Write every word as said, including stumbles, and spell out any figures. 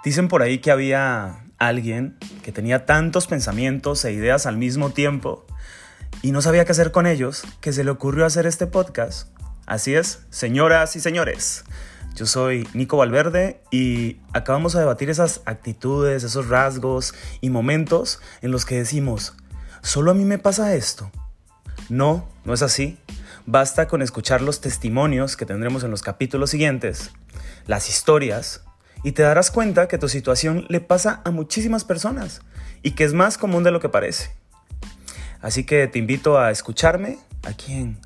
Dicen por ahí que había alguien que tenía tantos pensamientos e ideas al mismo tiempo y no sabía qué hacer con ellos, que se le ocurrió hacer este podcast. Así es, señoras y señores, yo soy Nico Valverde y acabamos a debatir esas actitudes, esos rasgos y momentos en los que decimos, ¿solo a mí me pasa esto? No, no es así. Basta con escuchar los testimonios que tendremos en los capítulos siguientes, las historias, y te darás cuenta que tu situación le pasa a muchísimas personas y que es más común de lo que parece. Así que te invito a escucharme aquí en